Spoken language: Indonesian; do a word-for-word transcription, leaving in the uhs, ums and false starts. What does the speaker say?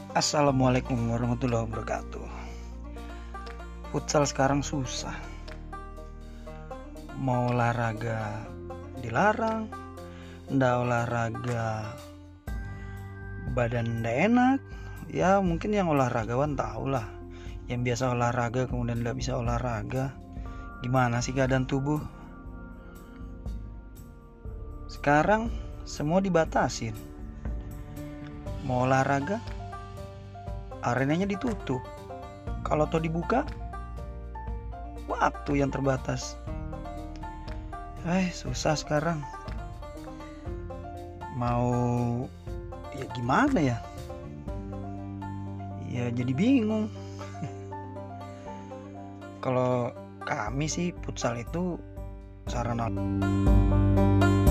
Assalamualaikum warahmatullahi wabarakatuh. Futsal sekarang susah. Mau olahraga dilarang, ndak olahraga badan ndak enak. Ya mungkin yang olahragawan tahu lah. Yang biasa olahraga kemudian ndak bisa olahraga. Gimana sih keadaan tubuh? Sekarang semua dibatasin. Mau olahraga, arenanya ditutup. Kalau toh dibuka, waktu yang terbatas. Eh, susah sekarang. Mau ya gimana ya? Ya jadi bingung. Kalau kami sih futsal itu sarana